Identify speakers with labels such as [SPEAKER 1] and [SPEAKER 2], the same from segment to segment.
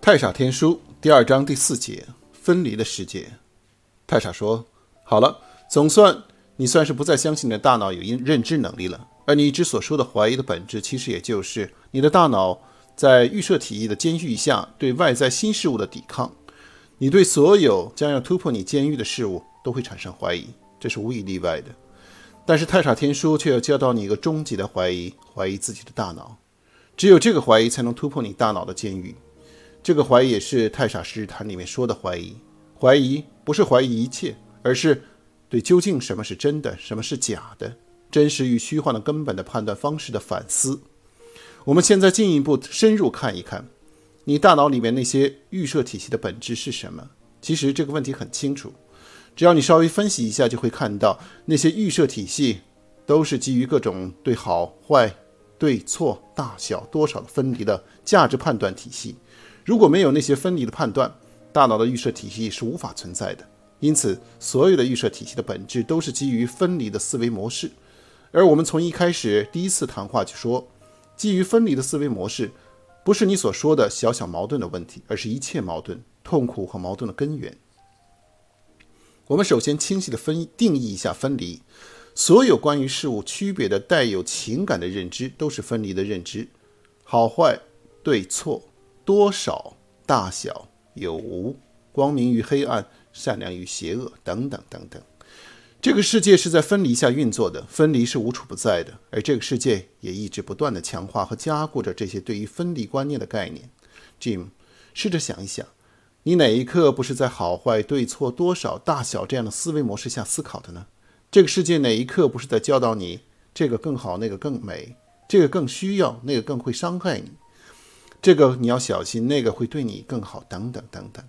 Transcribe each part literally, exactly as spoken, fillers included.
[SPEAKER 1] 太傻天书第二章第四节，分离的世界。太傻说，好了，总算你算是不再相信你的大脑有认知能力了，而你一直所说的怀疑的本质，其实也就是你的大脑在预设体系的监狱下对外在新事物的抵抗。你对所有将要突破你监狱的事物都会产生怀疑，这是无一例外的。但是太傻天书却要教导你一个终极的怀疑，怀疑自己的大脑。只有这个怀疑才能突破你大脑的监狱。这个怀疑也是太傻日谈里面说的怀疑。怀疑不是怀疑一切，而是对究竟什么是真的，什么是假的，真实与虚幻的根本的判断方式的反思。我们现在进一步深入看一看，你大脑里面那些预设体系的本质是什么？其实这个问题很清楚，只要你稍微分析一下，就会看到那些预设体系都是基于各种对好坏、对错、大小、多少的分离的价值判断体系。如果没有那些分离的判断，大脑的预设体系是无法存在的。因此，所有的预设体系的本质都是基于分离的思维模式。而我们从一开始第一次谈话就说，基于分离的思维模式不是你所说的小小矛盾的问题，而是一切矛盾、痛苦和矛盾的根源。我们首先清晰地分定义一下分离。所有关于事物区别的带有情感的认知都是分离的认知，好坏、对错、多少、大小、有无、光明与黑暗、善良与邪恶等等等等。这个世界是在分离下运作的，分离是无处不在的，而这个世界也一直不断地强化和加固着这些对于分离观念的概念。 Jim， 试着想一想，你哪一刻不是在好坏、对错、多少、大小这样的思维模式下思考的呢？这个世界哪一刻不是在教导你这个更好，那个更美，这个更需要，那个更会伤害你，这个你要小心，那个会对你更好，等等等等。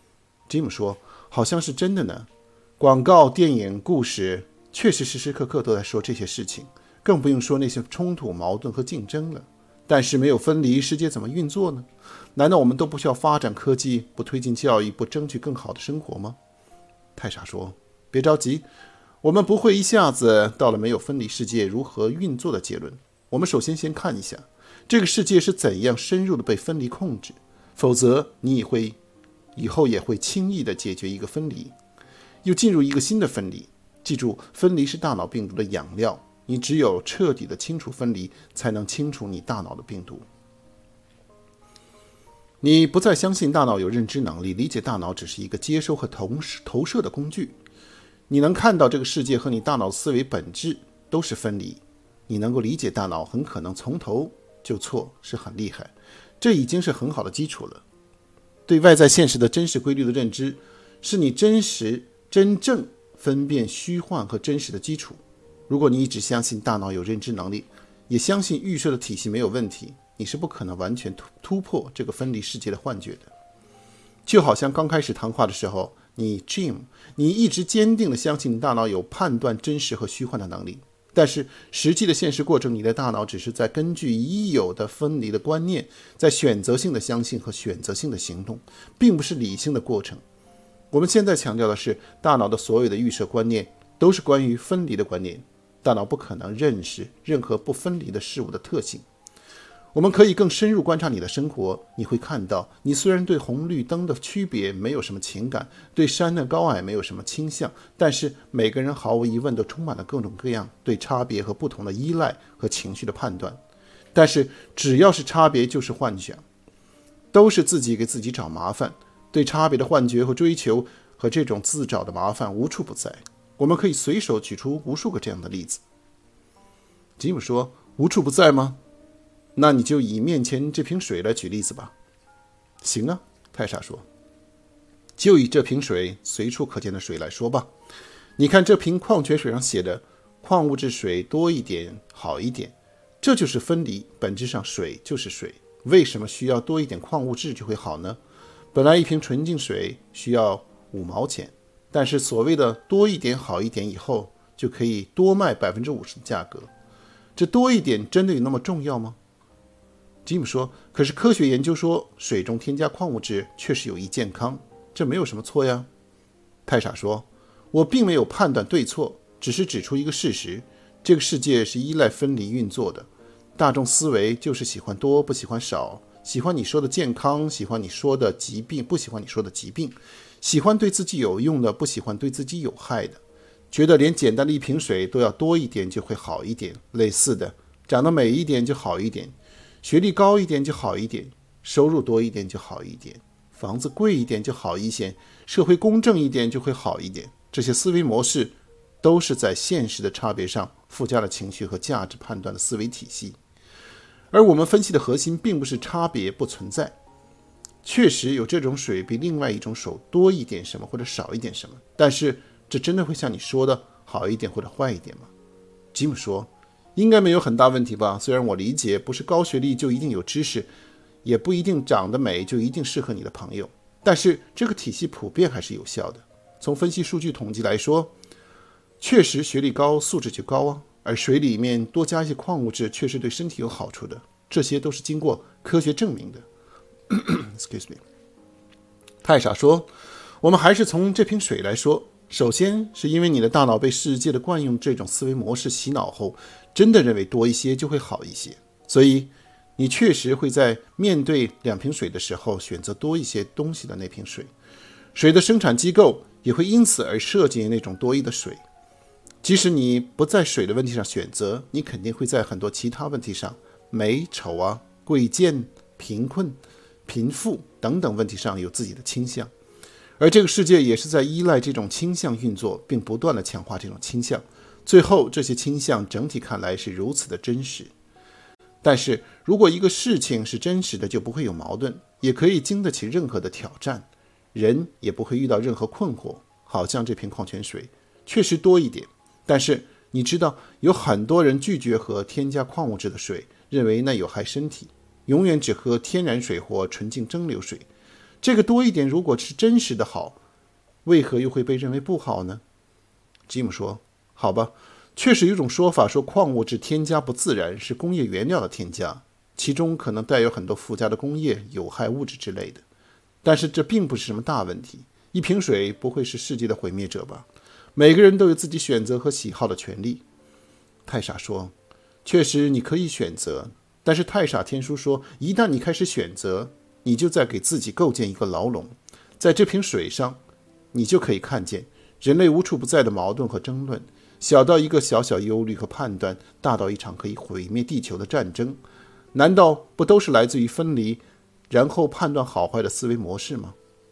[SPEAKER 1] Jim 说，好像是真的呢，广告、电影、故事确实时时刻刻都在说这些事情，更不用说那些冲突、矛盾和竞争了。但是没有分离，世界怎么运作呢？难道我们都不需要发展科技，不推进教育，不争取更好的生活吗？太傻说，别着急，我们不会一下子到了没有分离世界如何运作的结论。我们首先先看一下这个世界是怎样深入的被分离控制，否则你也会以后也会轻易的解决一个分离，又进入一个新的分离。记住，分离是大脑病毒的养料，你只有彻底的清除分离，才能清除你大脑的病毒。你不再相信大脑有认知能力，理解大脑只是一个接收和投射的工具。你能看到这个世界和你大脑思维本质都是分离，你能够理解大脑很可能从头就错，是很厉害，这已经是很好的基础了。对外在现实的真实规律的认知，是你真实真正分辨虚幻和真实的基础。如果你一直相信大脑有认知能力，也相信预设的体系没有问题，你是不可能完全突破这个分离世界的幻觉的。就好像刚开始谈话的时候，你 Jim， 你一直坚定地相信大脑有判断真实和虚幻的能力，但是实际的现实过程，你的大脑只是在根据已有的分离的观念，在选择性的相信和选择性的行动，并不是理性的过程。我们现在强调的是，大脑的所有的预设观念都是关于分离的观念，大脑不可能认识任何不分离的事物的特性。我们可以更深入观察你的生活，你会看到，你虽然对红绿灯的区别没有什么情感，对山的高矮没有什么倾向，但是每个人毫无疑问都充满了各种各样对差别和不同的依赖和情绪的判断。但是只要是差别就是幻想，都是自己给自己找麻烦。对差别的幻觉和追求和这种自找的麻烦无处不在，我们可以随手举出无数个这样的例子。吉姆说，无处不在吗？那你就以面前这瓶水来举例子吧。行啊，太傻说，就以这瓶水随处可见的水来说吧。你看这瓶矿泉水上写的矿物质水多一点好一点，这就是分离，本质上水就是水，为什么需要多一点矿物质就会好呢？本来一瓶纯净水需要五毛钱，但是所谓的多一点好一点以后，就可以多卖百分之五十的价格。这多一点真的有那么重要吗？吉姆说，可是科学研究说水中添加矿物质确实有益健康，这没有什么错呀。太傻说，我并没有判断对错，只是指出一个事实，这个世界是依赖分离运作的，大众思维就是喜欢多不喜欢少， 喜欢你说的健康，喜欢你说的疾病，不喜欢你说的疾病，喜欢对自己有用的，不喜欢对自己有害的，觉得连简单的一瓶水都要多一点就会好一点，类似的，长得美一点就好一点，学历高一点就好一点，收入多一点就好一点，房子贵一点就好一些，社会公正一点就会好一点。这些思维模式都是在现实的差别上附加了情绪和价值判断的思维体系。而我们分析的核心并不是差别不存在，确实有这种水比另外一种水多一点什么或者少一点什么，但是这真的会像你说的好一点或者坏一点吗？吉姆说，应该没有很大问题吧，虽然我理解不是高学历就一定有知识，也不一定长得美就一定适合你的朋友，但是这个体系普遍还是有效的。从分析数据统计来说，确实学历高素质就高啊，而水里面多加一些矿物质确实对身体有好处的，这些都是经过科学证明的。Excuse me。 太傻说，我们还是从这瓶水来说，首先是因为你的大脑被世界的惯用这种思维模式洗脑后，真的认为多一些就会好一些，所以你确实会在面对两瓶水的时候选择多一些东西的那瓶水，水的生产机构也会因此而设计那种多余的水。即使你不在水的问题上选择，你肯定会在很多其他问题上，美丑啊、贵贱、贫困、贫富等等问题上有自己的倾向，而这个世界也是在依赖这种倾向运作，并不断地强化这种倾向，最后这些倾向整体看来是如此的真实。但是如果一个事情是真实的，就不会有矛盾，也可以经得起任何的挑战，人也不会遇到任何困惑。好像这瓶矿泉水确实多一点，但是你知道有很多人拒绝喝添加矿物质的水，认为那有害身体，永远只喝天然水或纯净蒸馏水。这个多一点如果是真实的好，为何又会被认为不好呢？吉姆说，好吧，确实有一种说法说矿物质添加不自然，是工业原料的添加，其中可能带有很多附加的工业有害物质之类的，但是这并不是什么大问题。一瓶水不会是世界的毁灭者吧？每个人都有自己选择和喜好的权利。太傻说，确实你可以选择，但是太傻天书说，一旦你开始选择，你就在给自己构建一个牢笼。在这瓶水上，你就可以看见人类无处不在的矛盾和争论，小到一个小小忧虑和判断，大到一场可以毁灭地球的战争。难道不都是来自于分离然后判断好坏的思维模式吗？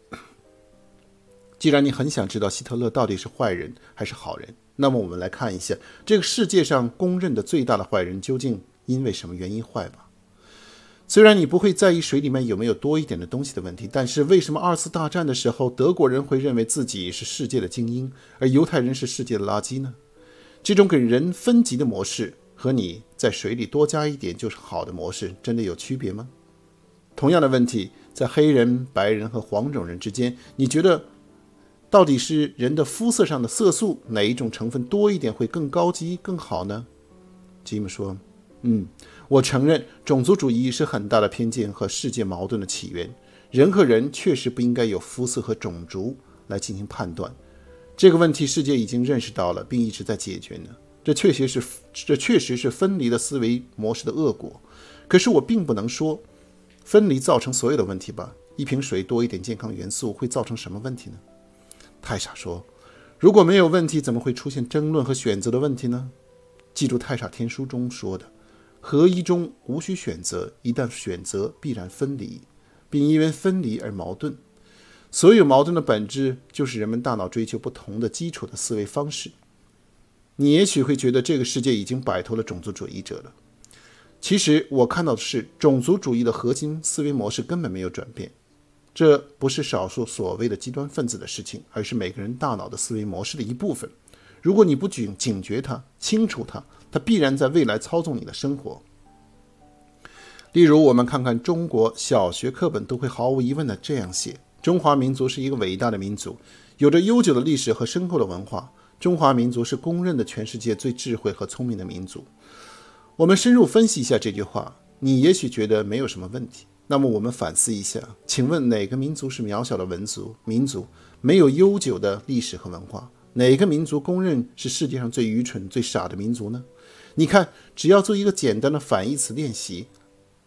[SPEAKER 1] 既然你很想知道希特勒到底是坏人还是好人，那么我们来看一下这个世界上公认的最大的坏人究竟因为什么原因坏吧。虽然你不会在意水里面有没有多一点的东西的问题，但是为什么二次大战的时候德国人会认为自己是世界的精英，而犹太人是世界的垃圾呢？这种给人分级的模式和你在水里多加一点就是好的模式真的有区别吗？同样的问题在黑人、白人和黄种人之间，你觉得到底是人的肤色上的色素哪一种成分多一点会更高级更好呢？吉姆说，嗯，我承认种族主义是很大的偏见和世界矛盾的起源，人和人确实不应该有肤色和种族来进行判断，这个问题世界已经认识到了并一直在解决呢。这确实是这确实是分离的思维模式的恶果，可是我并不能说分离造成所有的问题吧。一瓶水多一点健康元素会造成什么问题呢？太傻说，如果没有问题，怎么会出现争论和选择的问题呢？记住太傻天书中说的，合一中无需选择，一旦选择必然分离，并因为分离而矛盾。所有矛盾的本质就是人们大脑追求不同的基础的思维方式。你也许会觉得这个世界已经摆脱了种族主义者了，其实我看到的是种族主义的核心思维模式根本没有转变。这不是少数所谓的极端分子的事情，而是每个人大脑的思维模式的一部分。如果你不警警觉它、清楚它，它必然在未来操纵你的生活。例如，我们看看中国小学课本都会毫无疑问的这样写：中华民族是一个伟大的民族，有着悠久的历史和深厚的文化。中华民族是公认的全世界最智慧和聪明的民族。我们深入分析一下这句话，你也许觉得没有什么问题。那么我们反思一下，请问哪个民族是渺小的文族民族，没有悠久的历史和文化？哪个民族公认是世界上最愚蠢最傻的民族呢？你看，只要做一个简单的反义词练习，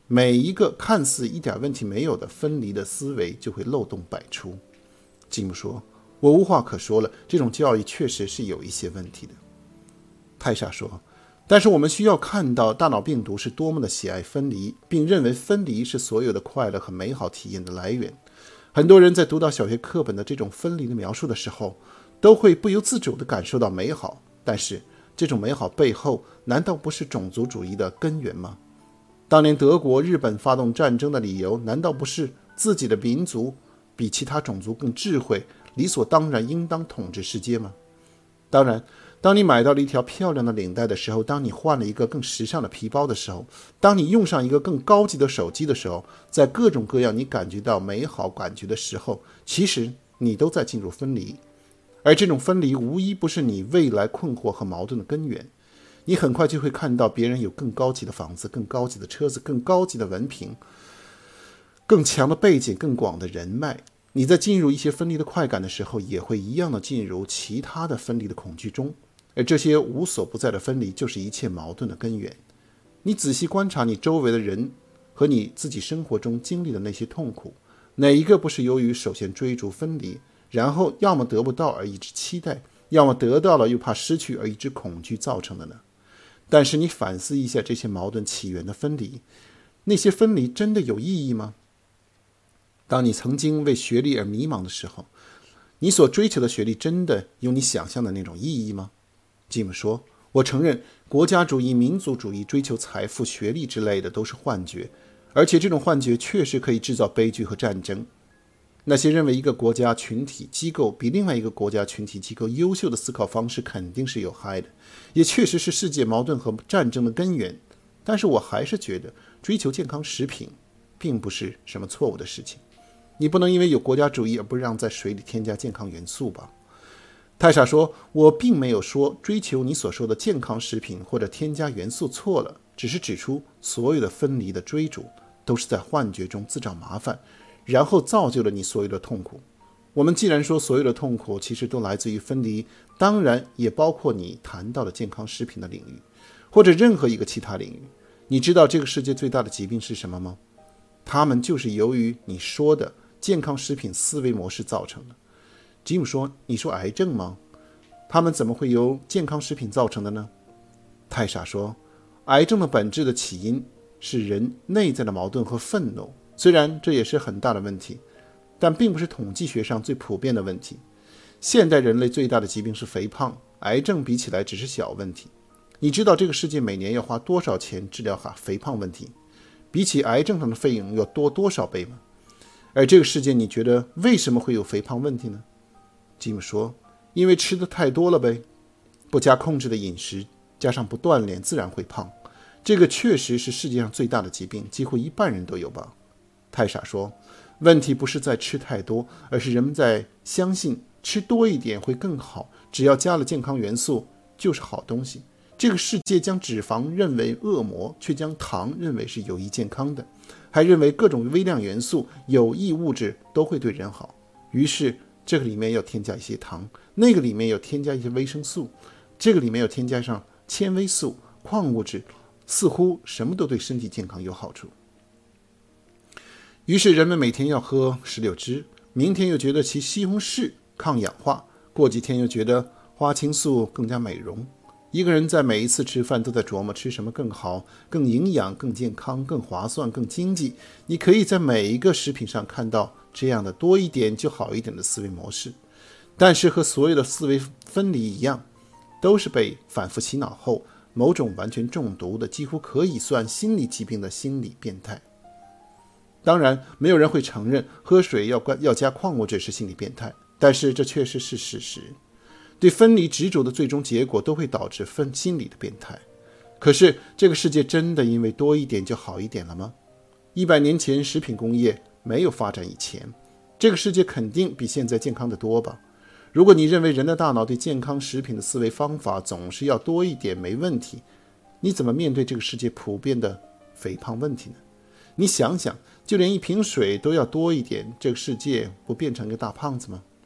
[SPEAKER 1] 每一个看似一点问题没有的分离的思维就会漏洞百出。吉姆说，我无话可说了，这种教育确实是有一些问题的。泰莎说，但是我们需要看到大脑病毒是多么的喜爱分离，并认为分离是所有的快乐和美好体验的来源。很多人在读到小学课本的这种分离的描述的时候，都会不由自主地感受到美好，但是这种美好背后难道不是种族主义的根源吗？当年德国、日本发动战争的理由难道不是自己的民族比其他种族更智慧，理所当然应当统治世界吗？当然，当你买到了一条漂亮的领带的时候，当你换了一个更时尚的皮包的时候，当你用上一个更高级的手机的时候，在各种各样你感觉到美好感觉的时候，其实你都在进入分离。而这种分离无一不是你未来困惑和矛盾的根源。你很快就会看到别人有更高级的房子、更高级的车子、更高级的文凭、更强的背景、更广的人脉。你在进入一些分离的快感的时候，也会一样的进入其他的分离的恐惧中，而这些无所不在的分离就是一切矛盾的根源。你仔细观察你周围的人和你自己生活中经历的那些痛苦，哪一个不是由于首先追逐分离，然后要么得不到而一直期待，要么得到了又怕失去而一直恐惧造成的呢？但是你反思一下这些矛盾起源的分离，那些分离真的有意义吗？当你曾经为学历而迷茫的时候，你所追求的学历真的有你想象的那种意义吗？吉姆说，我承认国家主义、民族主义、追求财富、学历之类的都是幻觉，而且这种幻觉确实可以制造悲剧和战争。那些认为一个国家群体机构比另外一个国家群体机构优秀的思考方式肯定是有害的，也确实是世界矛盾和战争的根源。但是我还是觉得追求健康食品并不是什么错误的事情。你不能因为有国家主义而不让在水里添加健康元素吧？泰莎说，我并没有说追求你所说的健康食品或者添加元素错了，只是指出所有的分离的追逐都是在幻觉中自找麻烦，然后造就了你所有的痛苦。我们既然说所有的痛苦其实都来自于分离，当然也包括你谈到的健康食品的领域，或者任何一个其他领域。你知道这个世界最大的疾病是什么吗？它们就是由于你说的健康食品思维模式造成的。吉姆说，你说癌症吗？它们怎么会由健康食品造成的呢？泰莎说，癌症的本质的起因是人内在的矛盾和愤怒，虽然这也是很大的问题，但并不是统计学上最普遍的问题。现代人类最大的疾病是肥胖，癌症比起来只是小问题。你知道这个世界每年要花多少钱治疗肥胖问题，比起癌症上的费用要多多少倍吗？而这个世界你觉得为什么会有肥胖问题呢？吉姆说，因为吃的太多了呗。不加控制的饮食加上不锻炼自然会胖，这个确实是世界上最大的疾病，几乎一半人都有吧。泰莎说，问题不是在吃太多，而是人们在相信吃多一点会更好，只要加了健康元素就是好东西。这个世界将脂肪认为恶魔，却将糖认为是有益健康的，还认为各种微量元素、有益物质都会对人好。于是这个里面要添加一些糖，那个里面要添加一些维生素，这个里面要添加上纤维素、矿物质，似乎什么都对身体健康有好处。于是人们每天要喝石榴汁，明天又觉得其西红柿抗氧化，过几天又觉得花青素更加美容。一个人在每一次吃饭都在琢磨吃什么更好、更营养、更健康、更划算、更经济。你可以在每一个食品上看到这样的多一点就好一点的思维模式，但是和所有的思维分离一样，都是被反复洗脑后某种完全中毒的、几乎可以算心理疾病的心理变态。当然，没有人会承认喝水要要加矿物质是心理变态，但是这确实是事实。对分离执着的最终结果都会导致分心理的变态。可是这个世界真的因为多一点就好一点了吗？一百年前食品工业没有发展以前，这个世界肯定比现在健康的多吧？如果你认为人的大脑对健康食品的思维方法总是要多一点没问题，你怎么面对这个世界普遍的肥胖问题呢？你想想，就连一瓶水都要多一点，这个世界不变成一个大胖子吗？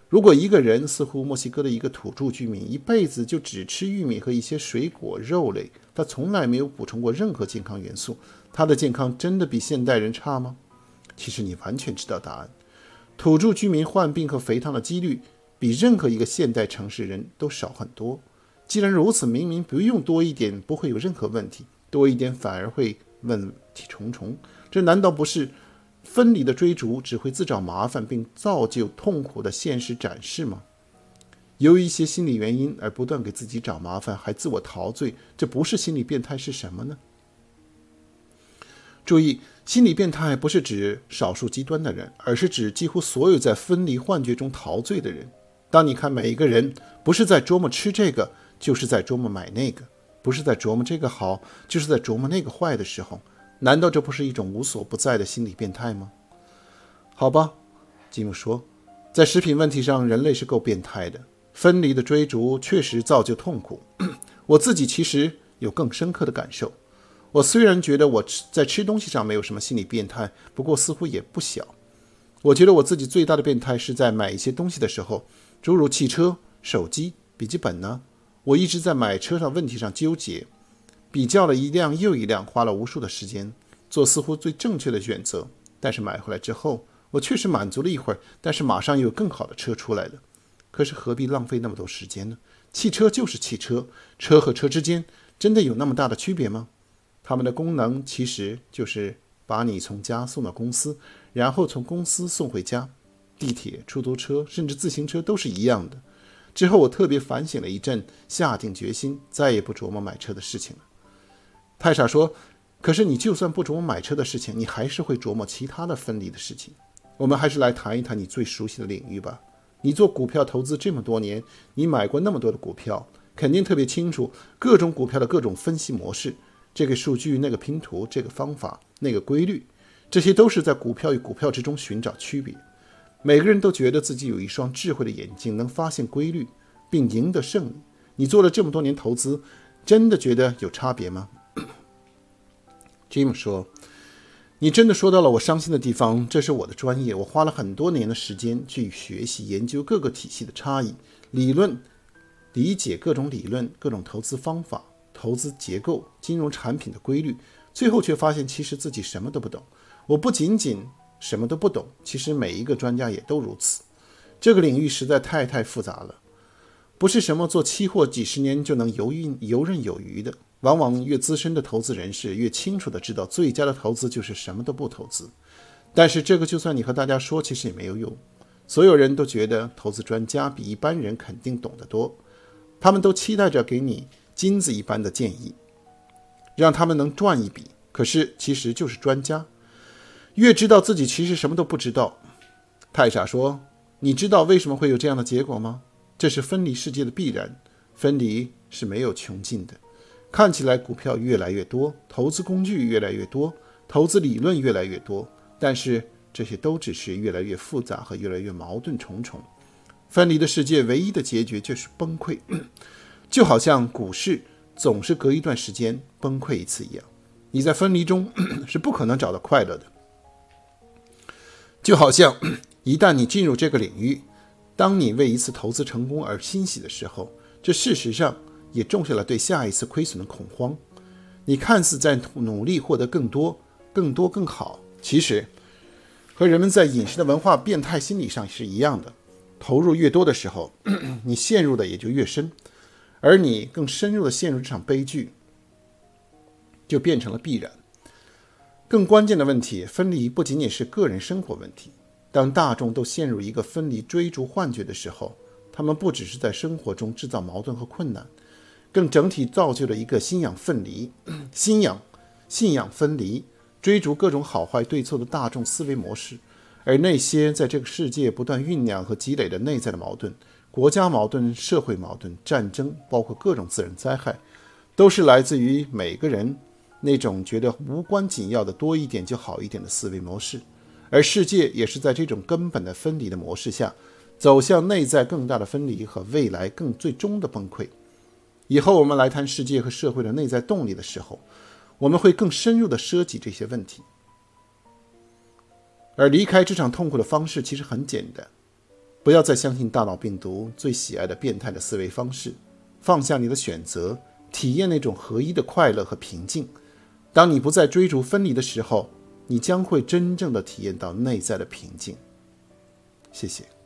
[SPEAKER 1] 如果一个人，似乎墨西哥的一个土著居民，一辈子就只吃玉米和一些水果、肉类，他从来没有补充过任何健康元素，他的健康真的比现代人差吗？其实你完全知道答案。土著居民患病和肥胖的几率比任何一个现代城市人都少很多。既然如此，明明不用多一点不会有任何问题，多一点反而会问题重重，这难道不是分离的追逐只会自找麻烦并造就痛苦的现实展示吗？由于一些心理原因而不断给自己找麻烦，还自我陶醉，这不是心理变态是什么呢？注意，心理变态不是指少数极端的人，而是指几乎所有在分离幻觉中陶醉的人。当你看每一个人不是在琢磨吃这个，就是在琢磨买那个，不是在琢磨这个好，就是在琢磨那个坏的时候，难道这不是一种无所不在的心理变态吗？好吧，吉姆说，在食品问题上，人类是够变态的。分离的追逐确实造就痛苦。我自己其实有更深刻的感受。我虽然觉得我在吃东西上没有什么心理变态，不过似乎也不小。我觉得我自己最大的变态是在买一些东西的时候，诸如汽车、手机、笔记本呢，我一直在买车上问题上纠结，比较了一辆又一辆，花了无数的时间，做似乎最正确的选择。但是买回来之后，我确实满足了一会儿，但是马上又有更好的车出来了。可是何必浪费那么多时间呢？汽车就是汽车，车和车之间真的有那么大的区别吗？它们的功能其实就是把你从家送到公司，然后从公司送回家。地铁、出租车甚至自行车都是一样的。之后我特别反省了一阵，下定决心再也不琢磨买车的事情了。泰莎说，可是你就算不琢磨买车的事情，你还是会琢磨其他的分离的事情。我们还是来谈一谈你最熟悉的领域吧。你做股票投资这么多年，你买过那么多的股票，肯定特别清楚各种股票的各种分析模式，这个数据、那个拼图、这个方法、那个规律，这些都是在股票与股票之中寻找区别。每个人都觉得自己有一双智慧的眼睛，能发现规律并赢得胜利。你做了这么多年投资，真的觉得有差别吗？ Jim 说，你真的说到了我伤心的地方，这是我的专业，我花了很多年的时间去学习研究各个体系的差异，理论理解各种理论、各种投资方法、投资结构、金融产品的规律，最后却发现其实自己什么都不懂。我不仅仅什么都不懂，其实每一个专家也都如此。这个领域实在太太复杂了，不是什么做期货几十年就能游刃游刃有余的。往往越资深的投资人士越清楚地知道，最佳的投资就是什么都不投资。但是这个就算你和大家说，其实也没有用。所有人都觉得投资专家比一般人肯定懂得多，他们都期待着给你金子一般的建议，让他们能赚一笔。可是其实就是专家越知道自己其实什么都不知道。泰莎说，你知道为什么会有这样的结果吗？这是分离世界的必然，分离是没有穷尽的。看起来股票越来越多，投资工具越来越多，投资理论越来越多，但是这些都只是越来越复杂和越来越矛盾重重。分离的世界唯一的结局就是崩溃，就好像股市总是隔一段时间崩溃一次一样。你在分离中是不可能找到快乐的。就好像一旦你进入这个领域，当你为一次投资成功而欣喜的时候，这事实上也种下了对下一次亏损的恐慌。你看似在努力获得更多、更多、更好，其实和人们在饮食的文化变态心理上是一样的。投入越多的时候，你陷入的也就越深，而你更深入的陷入这场悲剧，就变成了必然。更关键的问题，分离不仅仅是个人生活问题。当大众都陷入一个分离追逐幻觉的时候，他们不只是在生活中制造矛盾和困难，更整体造就了一个信仰分离、信仰信仰分离、追逐各种好坏对错的大众思维模式。而那些在这个世界不断酝酿和积累的内在的矛盾，国家矛盾、社会矛盾、战争，包括各种自然灾害，都是来自于每个人那种觉得无关紧要的多一点就好一点的思维模式。而世界也是在这种根本的分离的模式下，走向内在更大的分离和未来更最终的崩溃。以后我们来谈世界和社会的内在动力的时候，我们会更深入地涉及这些问题。而离开这场痛苦的方式其实很简单， 不要再相信大脑病毒最喜爱的变态的思维方式，放下你的选择，体验那种合一的快乐和平静。当你不再追逐分离的时候，你将会真正的体验到内在的平静。谢谢。